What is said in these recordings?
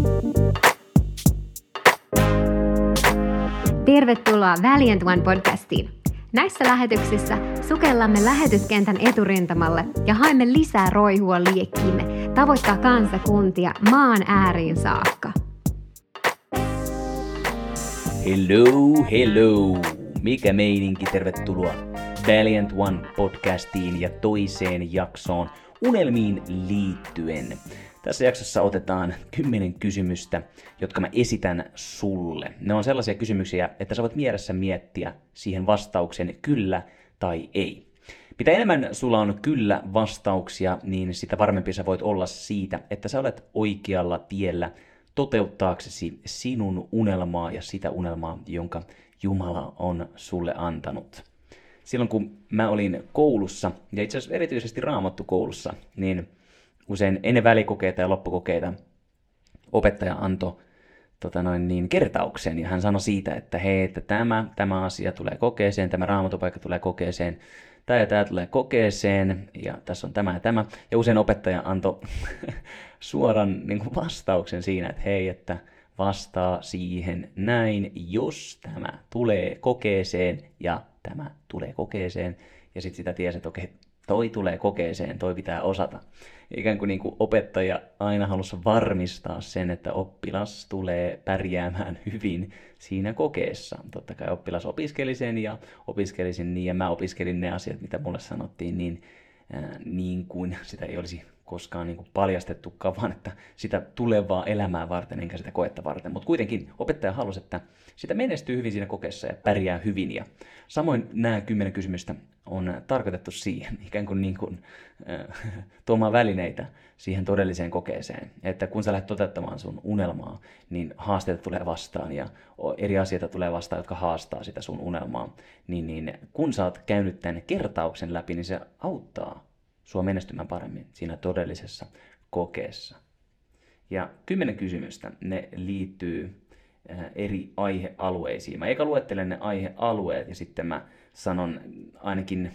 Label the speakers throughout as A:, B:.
A: Tervetuloa Valiant One podcastiin. Näissä lähetyksissä sukellamme lähetyskentän eturintamalle ja haemme lisää roihua liekkiimme tavoittaa kansakuntia maan ääriin saakka.
B: Hello! Mikä meininki? Tervetuloa Valiant One podcastiin ja toiseen jaksoon unelmiin liittyen. Tässä jaksossa otetaan 10 kysymystä, jotka mä esitän sulle. Ne on sellaisia kysymyksiä, että sä voit mielessä miettiä siihen vastauksen kyllä tai ei. Mitä enemmän sulla on kyllä vastauksia, niin sitä varmempi sä voit olla siitä, että sä olet oikealla tiellä toteuttaaksesi sinun unelmaa ja sitä unelmaa, jonka Jumala on sulle antanut. Silloin kun mä olin koulussa, ja itse asiassa erityisesti Raamattukoulussa, niin usein ennen välikokeita ja loppukokeita opettaja antoi kertauksen, ja hän sanoi siitä, että hei, että tämä asia tulee kokeeseen, tämä raamatupaikka tulee kokeeseen, tämä ja tämä tulee kokeeseen, ja tässä on tämä ja tämä. Ja usein opettaja antoi suoran vastauksen siinä, että hei, että vastaa siihen näin, jos tämä tulee kokeeseen, ja tämä tulee kokeeseen, ja sitten sitä tiesi, että okei, toi tulee kokeeseen, toi pitää osata. Ikään kuin opettaja aina halusi varmistaa sen, että oppilas tulee pärjäämään hyvin siinä kokeessa. Totta kai oppilas opiskeli sen ja opiskelisin niin, ja mä opiskelin ne asiat, mitä mulle sanottiin, niin kuin sitä ei olisi koskaan paljastettukaan, vaan että sitä tulevaa elämää varten, enkä sitä koetta varten. Mutta kuitenkin opettaja halusi, että sitä menestyy hyvin siinä kokeessa ja pärjää hyvin. Ja samoin nämä 10 kysymystä on tarkoitettu siihen, ikään kuin tuomaan välineitä siihen todelliseen kokeeseen. Että kun sä lähdet toteuttamaan sun unelmaa, niin haasteita tulee vastaan ja eri asioita tulee vastaan, jotka haastaa sitä sun unelmaa. Niin kun sä oot käynyt tämän kertauksen läpi, niin se auttaa sua menestymään paremmin siinä todellisessa kokeessa. Ja 10 kysymystä, ne liittyy eri aihealueisiin. Mä eka luettelen ne aihealueet ja sitten mä sanon ainakin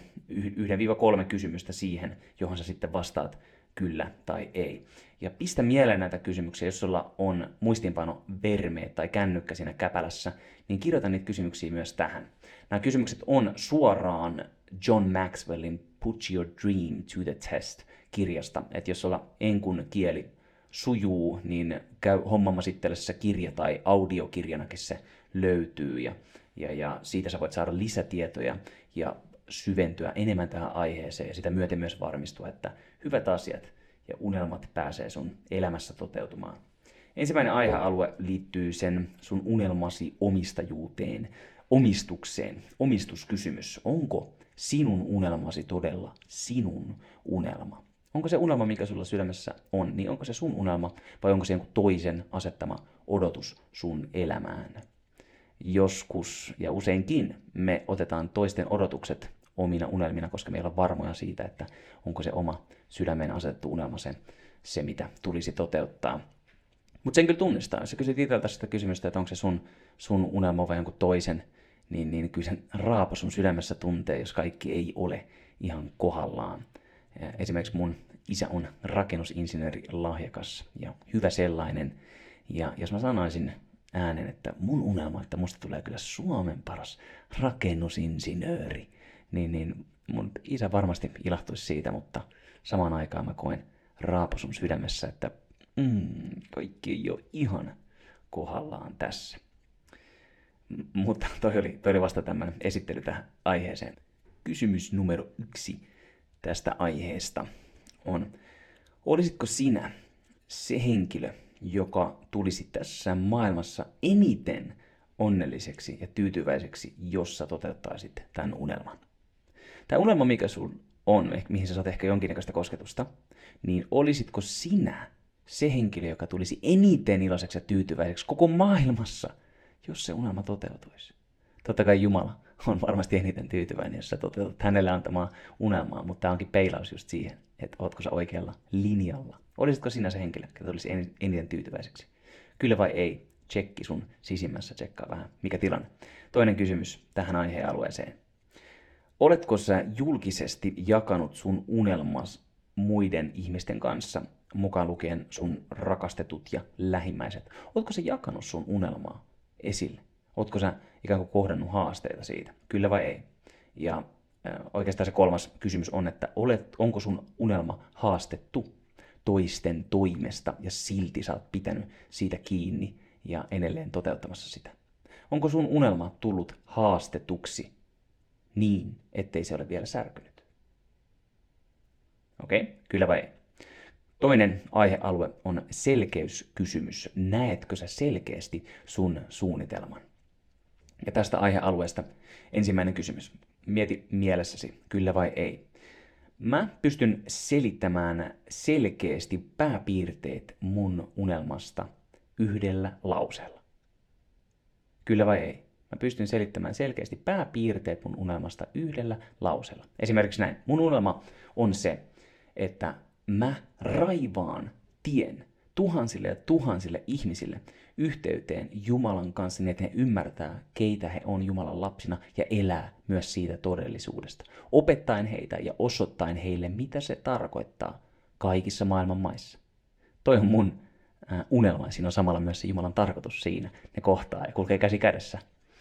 B: 1-3 kysymystä siihen, johon sä sitten vastaat kyllä tai ei. Ja pistä mieleen näitä kysymyksiä, jos sulla on muistiinpano vermeet tai kännykkä siinä käpälässä, niin kirjoita niitä kysymyksiä myös tähän. Nämä kysymykset on suoraan John Maxwellin Put Your Dream to the Test -kirjasta. Että jos sulla enkun kieli sujuu, niin käy hommaamassa itsellesi kirja tai audiokirjanakin se löytyy. Ja siitä sä voit saada lisätietoja ja syventyä enemmän tähän aiheeseen ja sitä myöten myös varmistua, että hyvät asiat ja unelmat pääsee sun elämässä toteutumaan. Ensimmäinen aihealue liittyy sen sun unelmasi omistajuuteen, omistukseen, omistuskysymys. Onko sinun unelmasi todella sinun unelma? Onko se unelma, mikä sulla sydämessä on, niin onko se sun unelma vai onko se jonkun toisen asettama odotus sun elämään? Joskus ja useinkin me otetaan toisten odotukset omina unelmina, koska meillä on varmoja siitä, että onko se oma sydämeen asetettu unelma se mitä tulisi toteuttaa. Mutta sen kyllä tunnistaa. Jos sä kysyt itseltä sitä kysymystä, että onko se sun unelma vai jonkun toisen, niin kyllä sen raapo sun sydämessä tuntee, jos kaikki ei ole ihan kohdallaan. Esimerkiksi mun isä on rakennusinsinööri lahjakas ja hyvä sellainen. Ja jos mä sanoisin äänen, että mun unelma, että musta tulee kyllä Suomen paras rakennusinsinööri, niin mun isä varmasti ilahtuisi siitä, mutta samaan aikaan mä koen raapo sun sydämessä, että kaikki ei ole ihan kohdallaan tässä. Mutta toi oli vasta tämmöinen esittely tähän aiheeseen. Kysymys numero 1 tästä aiheesta on, olisitko sinä se henkilö, joka tulisi tässä maailmassa eniten onnelliseksi ja tyytyväiseksi, jos sä toteuttaisit tämän unelman? Tämä unelma, mikä sun on, mihin sä saat ehkä jonkinnäköistä kosketusta, niin olisitko sinä se henkilö, joka tulisi eniten iloiseksi ja tyytyväiseksi koko maailmassa, jos se unelma toteutuisi? Totta kai Jumala on varmasti eniten tyytyväinen, jos sä toteutat hänelle antamaa unelmaa, mutta tämä onkin peilaus just siihen, että ootko sä oikealla linjalla. Olisitko sinä se henkilö, joka tulisi eniten tyytyväiseksi? Kyllä vai ei? Tsekki sun sisimmässä, tsekkaa vähän, mikä tilanne. Toinen kysymys tähän aihealueeseen. Oletko sä julkisesti jakanut sun unelmas muiden ihmisten kanssa mukaan lukien sun rakastetut ja lähimmäiset. Ootko sä jakanut sun unelmaa esille? Ootko sä ikään kuin kohdannut haasteita siitä? Kyllä vai ei? Ja oikeastaan se kolmas kysymys on, että onko sun unelma haastettu toisten toimesta ja silti sä oot pitänyt siitä kiinni ja edelleen toteuttamassa sitä? Onko sun unelma tullut haastetuksi niin, ettei se ole vielä särkynyt? Okei, kyllä vai ei? Toinen aihealue on selkeyskysymys. Näetkö sä selkeästi sun suunnitelman? Ja tästä aihealueesta ensimmäinen kysymys. Mieti mielessäsi, kyllä vai ei. Mä pystyn selittämään selkeästi pääpiirteet mun unelmasta yhdellä lauseella. Kyllä vai ei? Mä pystyn selittämään selkeästi pääpiirteet mun unelmasta yhdellä lauseella. Esimerkiksi näin. Mun unelma on se, että mä raivaan tien tuhansille ja tuhansille ihmisille yhteyteen Jumalan kanssa niin, että he ymmärtää, keitä he on Jumalan lapsina ja elää myös siitä todellisuudesta. Opettaen heitä ja osoittaen heille, mitä se tarkoittaa kaikissa maailman maissa. Toi on mun unelma ja siinä on samalla myös se Jumalan tarkoitus siinä. Ne kohtaa ja kulkee käsi kädessä.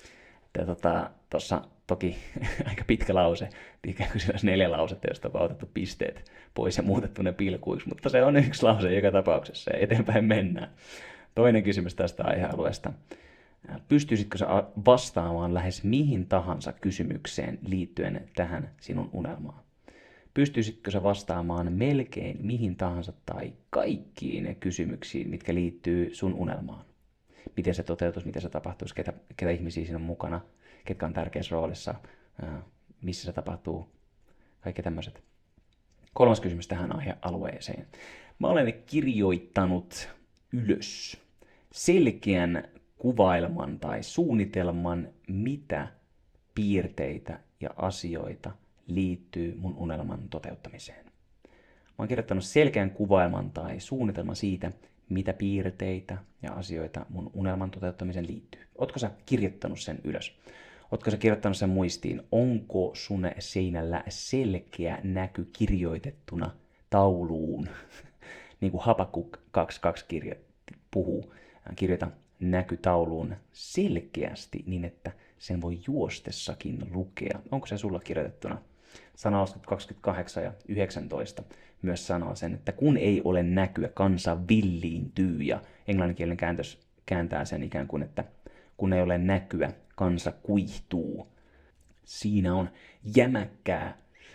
B: Tuossa toki aika pitkä lause, ikään kuin siellä 4 lausetta, josta on otettu pisteet pois ja muutettu ne pilkuiksi, mutta se on yksi lause joka tapauksessa ja eteenpäin mennään. Toinen kysymys tästä aihealueesta. Pystyisitkö sä vastaamaan lähes mihin tahansa kysymykseen liittyen tähän sinun unelmaan? Pystyisitkö sä vastaamaan melkein mihin tahansa tai kaikkiin kysymyksiin, mitkä liittyy sun unelmaan? Miten se toteutuisi, miten se tapahtuisi, ketä ihmisiä siinä on mukana, ketkä on tärkeässä roolissa, missä se tapahtuu, kaikki tämmöiset. Kolmas kysymys tähän aihealueeseen. Mä olen kirjoittanut ylös selkeän kuvailman tai suunnitelman, mitä piirteitä ja asioita liittyy mun unelman toteuttamiseen. Mä oon kirjoittanut selkeän kuvailman tai suunnitelman siitä, mitä piirteitä ja asioita mun unelman toteuttamiseen liittyy. Ootko sä kirjoittanut sen ylös? Ootko sä kirjoittanut sen muistiin? Onko sun seinällä selkeä näky kirjoitettuna tauluun? Niin kuin Habakuk 2.2 puhuu. Kirjoita näky tauluun selkeästi niin, että sen voi juostessakin lukea. Onko se sulla kirjoitettuna? Sanalauseet 28 ja 19 myös sanoo sen, että kun ei ole näkyä, kansa villiintyy. Ja englanninkielinen kääntö kääntää sen ikään kuin, että kun ei ole näkyä, kansa kuihtuu. Siinä on jämäkkää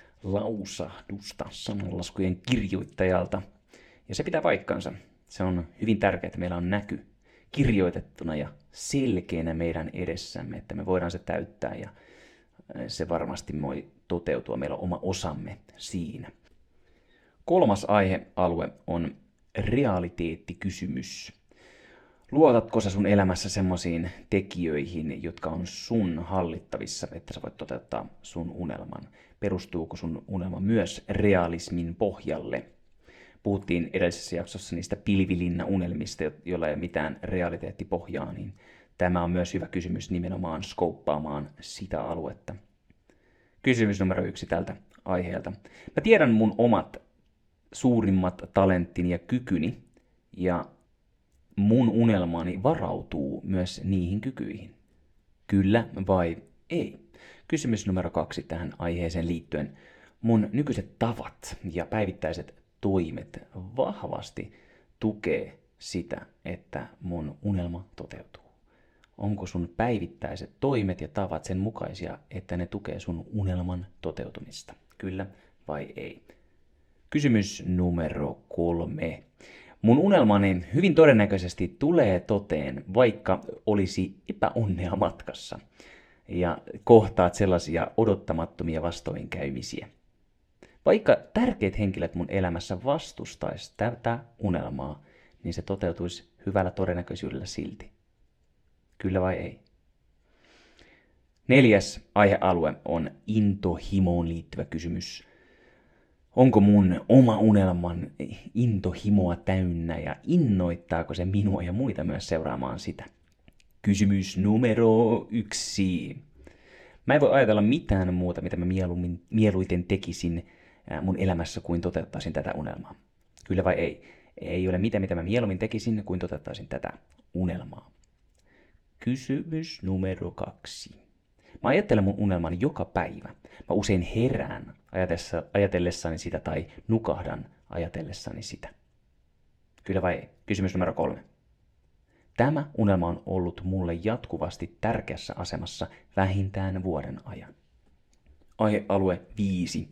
B: lausahdusta sananlaskujen kirjoittajalta. Ja se pitää paikkansa. Se on hyvin tärkeää, että meillä on näky kirjoitettuna ja selkeänä meidän edessämme, että me voidaan se täyttää ja se varmasti voi toteutua. Meillä on oma osamme siinä. Kolmas aihealue on realiteettikysymys. Luotatko sä sun elämässä semmoisiin tekijöihin, jotka on sun hallittavissa, että sä voit toteuttaa sun unelman? Perustuuko sun unelma myös realismin pohjalle? Puhuttiin edellisessä jaksossa niistä pilvilinna-unelmista, joilla ei ole mitään realiteettipohjaa, niin tämä on myös hyvä kysymys nimenomaan skouppaamaan sitä aluetta. Kysymys numero 1 tältä aiheelta. Mä tiedän mun omat suurimmat talenttini ja kykyni, ja mun unelmani varautuu myös niihin kykyihin. Kyllä vai ei? Kysymys numero 2 tähän aiheeseen liittyen. Mun nykyiset tavat ja päivittäiset toimet vahvasti tukee sitä, että mun unelma toteutuu. Onko sun päivittäiset toimet ja tavat sen mukaisia, että ne tukee sun unelman toteutumista? Kyllä vai ei? Kysymys numero 3. Mun unelmani hyvin todennäköisesti tulee toteen, vaikka olisi epäonnea matkassa ja kohtaat sellaisia odottamattomia vastoinkäymisiä. Vaikka tärkeät henkilöt mun elämässä vastustaisi tätä unelmaa, niin se toteutuisi hyvällä todennäköisyydellä silti. Kyllä vai ei? 4. aihealue on intohimoon liittyvä kysymys. Onko mun oma unelman intohimoa täynnä ja innoittaako se minua ja muita myös seuraamaan sitä? Kysymys numero 1. Mä en voi ajatella mitään muuta, mitä mä mieluiten tekisin mun elämässä kuin toteuttaisin tätä unelmaa. Kyllä vai ei? Ei ole mitään, mitä mä mieluummin tekisin, kuin toteuttaisin tätä unelmaa. Kysymys numero 2. Mä ajattelen mun unelman joka päivä. Mä usein herään ajatellessani sitä tai nukahdan ajatellessani sitä. Kyllä vai ei? Kysymys numero 3. Tämä unelma on ollut mulle jatkuvasti tärkeässä asemassa vähintään vuoden ajan. Aihealue 5.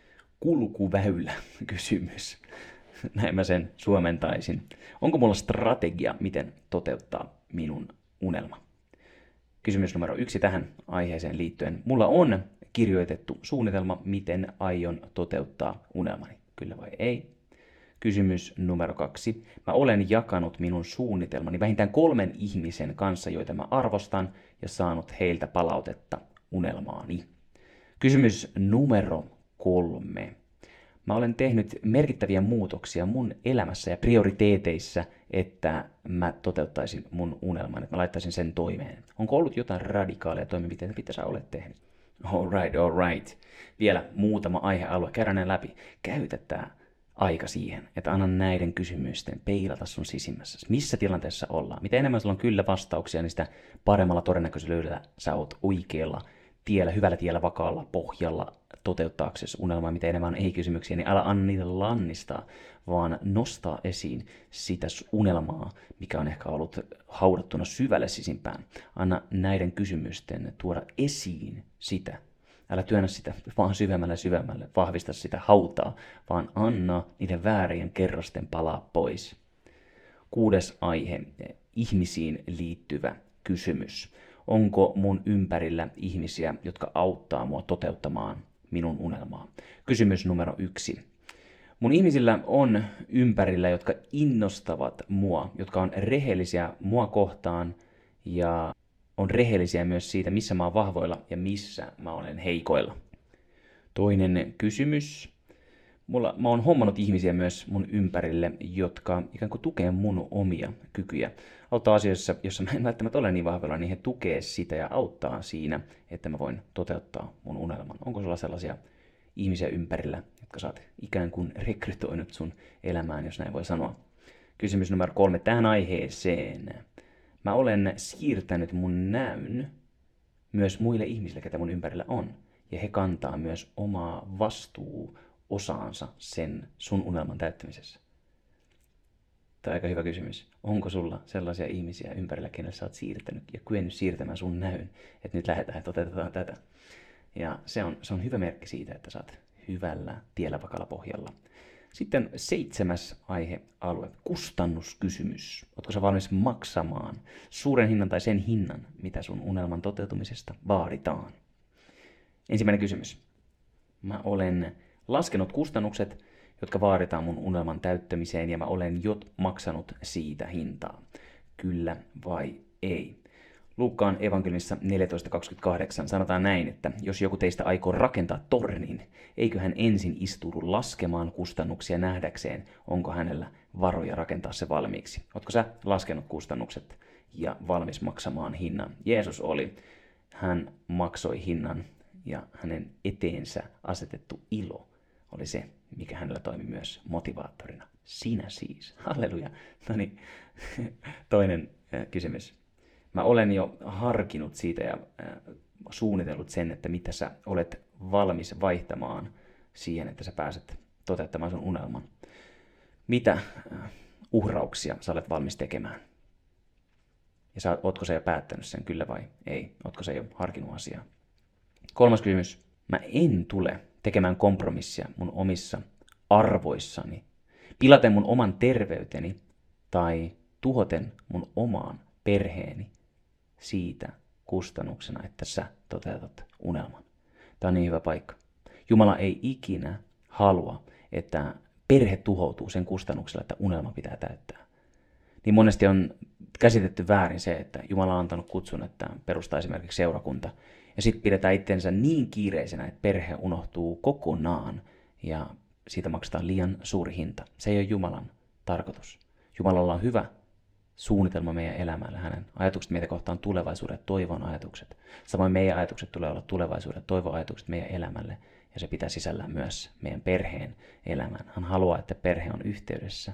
B: Kulkuväylä kysymys. Näin mä sen suomentaisin. Onko mulla strategia, miten toteuttaa minun unelma? Kysymys numero 1 tähän aiheeseen liittyen. Mulla on kirjoitettu suunnitelma, miten aion toteuttaa unelmani. Kyllä vai ei? Kysymys numero 2. Mä olen jakanut minun suunnitelmani vähintään 3 ihmisen kanssa, joita mä arvostan, ja saanut heiltä palautetta unelmaani. Kysymys numero 3. Mä olen tehnyt merkittäviä muutoksia mun elämässä ja prioriteeteissa, että mä toteuttaisin mun unelman, että mä laittaisin sen toimeen. Onko ollut jotain radikaaleja toimenpiteitä, mitä sä olet tehnyt? All right. Vielä muutama aihealue. Käydään ne läpi. Käytä tää aika siihen, että anna näiden kysymysten peilata sun sisimmässä. Missä tilanteessa ollaan? Mitä enemmän sulla on kyllä vastauksia, niin sitä paremmalla todennäköisyydellä sä oot oikealla tiellä, hyvällä tiellä, vakaalla pohjalla toteuttaaksesi unelmaa. Mitä enemmän on ei-kysymyksiä, niin älä anna niitä lannistaa, vaan nostaa esiin sitä unelmaa, mikä on ehkä ollut haudattuna syvälle sisimpään. Anna näiden kysymysten tuoda esiin sitä. Älä työnnä sitä vaan syvemmälle, vahvista sitä hautaa, vaan anna niiden väärien kerrosten palaa pois. 6. aihe, ihmisiin liittyvä kysymys. Onko mun ympärillä ihmisiä, jotka auttaa mua toteuttamaan minun unelmaa? Kysymys numero 1. Mun ihmisillä on ympärillä, jotka innostavat mua, jotka on rehellisiä mua kohtaan ja on rehellisiä myös siitä, missä mä oon vahvoilla ja missä mä olen heikoilla. Toinen kysymys. Mä oon hommannut ihmisiä myös mun ympärille, jotka ikään kuin tukee mun omia kykyjä. Auttaa asioissa, jossa mä en välttämättä ole niin vahvoilla, niin he tukee sitä ja auttaa siinä, että mä voin toteuttaa mun unelman. Onko sulla sellaisia ihmisiä ympärillä, jotka sä oot ikään kuin rekrytoinut sun elämään, jos näin voi sanoa? Kysymys numero 3 tähän aiheeseen. Mä olen siirtänyt mun näyn myös muille ihmisille, ketä mun ympärillä on. Ja he kantaa myös omaa vastuuosaansa sen sun unelman täyttämisessä. Tämä on aika hyvä kysymys. Onko sulla sellaisia ihmisiä ympärillä, kenelle sä oot siirtänyt ja kyennyt siirtämään sun näyn, että nyt lähdetään ja toteutetaan tätä. Ja se on hyvä merkki siitä, että sä oot hyvällä tiellä vakalla pohjalla. Sitten 7. aihealue, kustannuskysymys. Ootko sä valmis maksamaan suuren hinnan tai sen hinnan, mitä sun unelman toteutumisesta vaaditaan? Ensimmäinen kysymys. Mä olen laskenut kustannukset, jotka vaaditaan mun unelman täyttämiseen, ja mä olen jo maksanut siitä hintaa. Kyllä vai ei? Luukkaan evankeliumissa 14.28 sanotaan näin, että jos joku teistä aikoo rakentaa tornin, eikö hän ensin istuudu laskemaan kustannuksia nähdäkseen, onko hänellä varoja rakentaa se valmiiksi. Ootko sä laskenut kustannukset ja valmis maksamaan hinnan? Jeesus oli. Hän maksoi hinnan ja hänen eteensä asetettu ilo oli se, mikä hänellä toimi myös motivaattorina. Sinä siis. Halleluja. No niin, toinen kysymys. Mä olen jo harkinnut siitä ja suunnitellut sen, että mitä sä olet valmis vaihtamaan siihen, että sä pääset toteuttamaan sun unelman. Mitä uhrauksia sä olet valmis tekemään? Ja ootko sä jo päättänyt sen, kyllä vai ei? Ootko sä jo harkinnut asiaa? 3. kysymys. Mä en tule tekemään kompromissia mun omissa arvoissani, pilaten mun oman terveyteni tai tuhoten mun omaan perheeni siitä kustannuksena, että sä toteutat unelman. Tämä on niin hyvä paikka. Jumala ei ikinä halua, että perhe tuhoutuu sen kustannuksella, että unelma pitää täyttää. Niin monesti on käsitetty väärin se, että Jumala on antanut kutsun, että perustaa esimerkiksi seurakunta. Ja sitten pidetään itsensä niin kiireisenä, että perhe unohtuu kokonaan ja siitä maksetaan liian suuri hinta. Se ei ole Jumalan tarkoitus. Jumalalla on hyvä suunnitelma meidän elämälle. Hänen ajatukset meitä kohtaan tulevaisuuden toivon ajatukset. Samoin meidän ajatukset tulee olla tulevaisuuden toivon ajatukset meidän elämälle. Ja se pitää sisällään myös meidän perheen elämän. Hän haluaa, että perhe on yhteydessä ja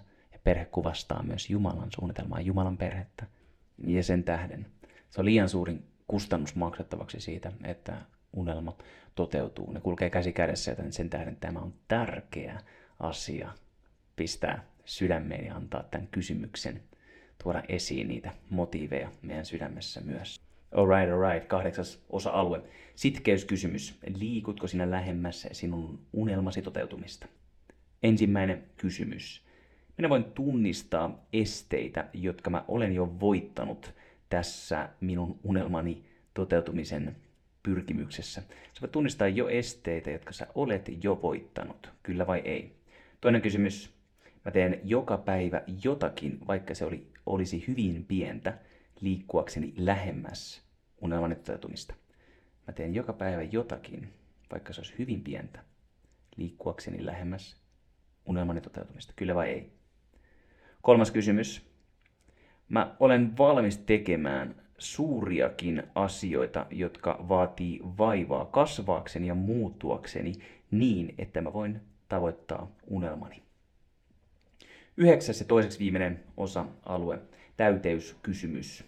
B: perhe kuvastaa myös Jumalan suunnitelmaa, Jumalan perhettä. Ja sen tähden se on liian suurin kustannus maksettavaksi siitä, että unelma toteutuu. Ne kulkee käsi kädessä, joten sen tähden tämä on tärkeä asia pistää sydämeen ja antaa tämän kysymyksen, tuoda esiin niitä motiiveja meidän sydämessä myös. Alright. 8. osa-alue. Sitkeyskysymys. Liikutko sinä lähemmäs sinun unelmasi toteutumista? Ensimmäinen kysymys. Minä voin tunnistaa esteitä, jotka mä olen jo voittanut tässä minun unelmani toteutumisen pyrkimyksessä. Sä voit tunnistaa jo esteitä, jotka sä olet jo voittanut. Kyllä vai ei? Toinen kysymys. Mä teen joka päivä jotakin, vaikka se olisi hyvin pientä, liikkuakseni lähemmäs unelmani toteutumista. Mä teen joka päivä jotakin, vaikka se olisi hyvin pientä, liikkuakseni lähemmäs unelmani toteutumista. Kyllä vai ei? Kolmas kysymys. Mä olen valmis tekemään suuriakin asioita, jotka vaatii vaivaa kasvaakseni ja muuttuakseni niin, että mä voin tavoittaa unelmani. 9. ja toiseksi viimeinen osa-alue. Täyteyskysymys.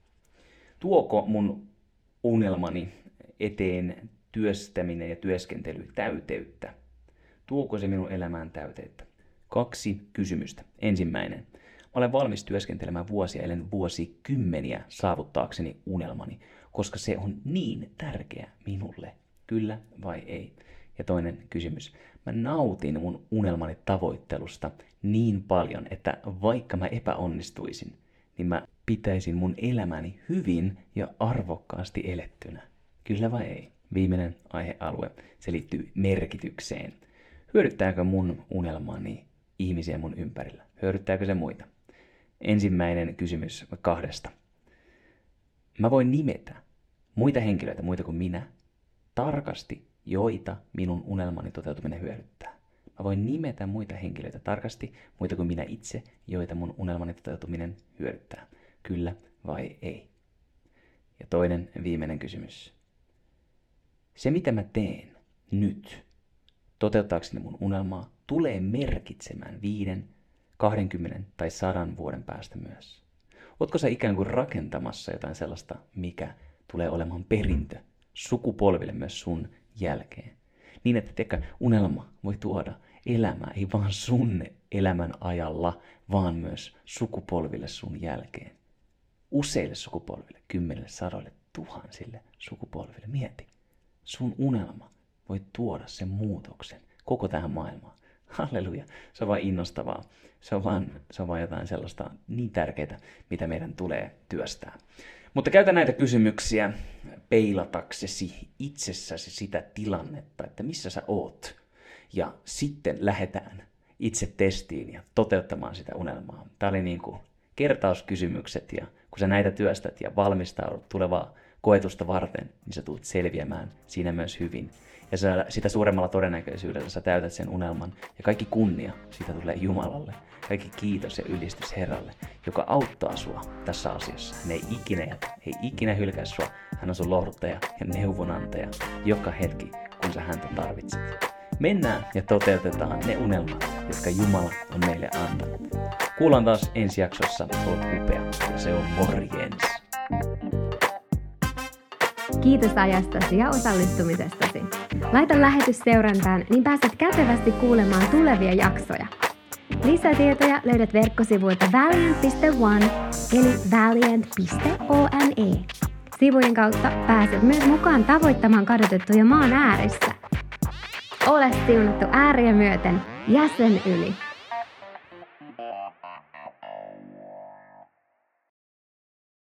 B: Tuoko mun unelmani eteen työstäminen ja työskentely täyteyttä? Tuoko se minun elämään täyteyttä? 2 kysymystä. Ensimmäinen. Mä olen valmis työskentelemään vuosia, ellen vuosikymmeniä saavuttaakseni unelmani, koska se on niin tärkeä minulle. Kyllä vai ei? Ja toinen kysymys. Mä nautin mun unelmani tavoittelusta niin paljon, että vaikka mä epäonnistuisin, niin mä pitäisin mun elämäni hyvin ja arvokkaasti elettynä. Kyllä vai ei? Viimeinen aihealue. Se liittyy merkitykseen. Hyödyttääkö mun unelmani ihmisiä mun ympärillä? Hyödyttääkö se muita? Ensimmäinen kysymys 2. Mä voin nimetä muita henkilöitä, muita kuin minä, tarkasti, joita minun unelmani toteutuminen hyödyttää. Mä voin nimetä muita henkilöitä tarkasti, muita kuin minä itse, joita mun unelmani toteutuminen hyödyttää. Kyllä vai ei? Ja toinen viimeinen kysymys. Se mitä mä teen nyt, toteuttaakseni mun unelmaa, tulee merkitsemään 5, 20 tai 100 vuoden päästä myös. Ootko sä ikään kuin rakentamassa jotain sellaista, mikä tulee olemaan perintö sukupolville myös sun jälkeen? Niin, että unelma voi tuoda elämää, ei vaan sun elämän ajalla, vaan myös sukupolville sun jälkeen. Useille sukupolville, 10, 100, 1000 sukupolville. Mieti, sun unelma voi tuoda sen muutoksen koko tähän maailmaan. Halleluja, se on vain innostavaa. Se on vaan jotain sellaista niin tärkeää, mitä meidän tulee työstää. Mutta käytä näitä kysymyksiä peilataksesi itsessäsi sitä tilannetta, että missä sä oot. Ja sitten lähdetään itse testiin ja toteuttamaan sitä unelmaa. Tämä oli niin kuin kertauskysymykset ja kun sä näitä työstät ja valmistaudut tulevaa koetusta varten, niin sä tulet selviämään siinä myös hyvin. Ja sitä suuremmalla todennäköisyydellä sä täytät sen unelman. Ja kaikki kunnia siitä tulee Jumalalle. Kaikki kiitos ja ylistys Herralle, joka auttaa sua tässä asiassa. Hän ei ikinä jätä, ei ikinä hylkää sua. Hän on sun lohduttaja ja neuvonantaja joka hetki, kun sä häntä tarvitset. Mennään ja toteutetaan ne unelmat, jotka Jumala on meille antanut. Kuullaan taas ensi jaksossa. Oot upea ja se on morjens.
A: Kiitos ajastasi ja osallistumisestasi. Laita lähetys seurantaan, niin pääset kätevästi kuulemaan tulevia jaksoja. Lisätietoja löydät verkkosivuilta valiant.one eli valiant.one. Sivujen kautta pääset myös mukaan tavoittamaan kadotettuja maan ääressä. Ole siunattu ääriä myöten ja sen yli.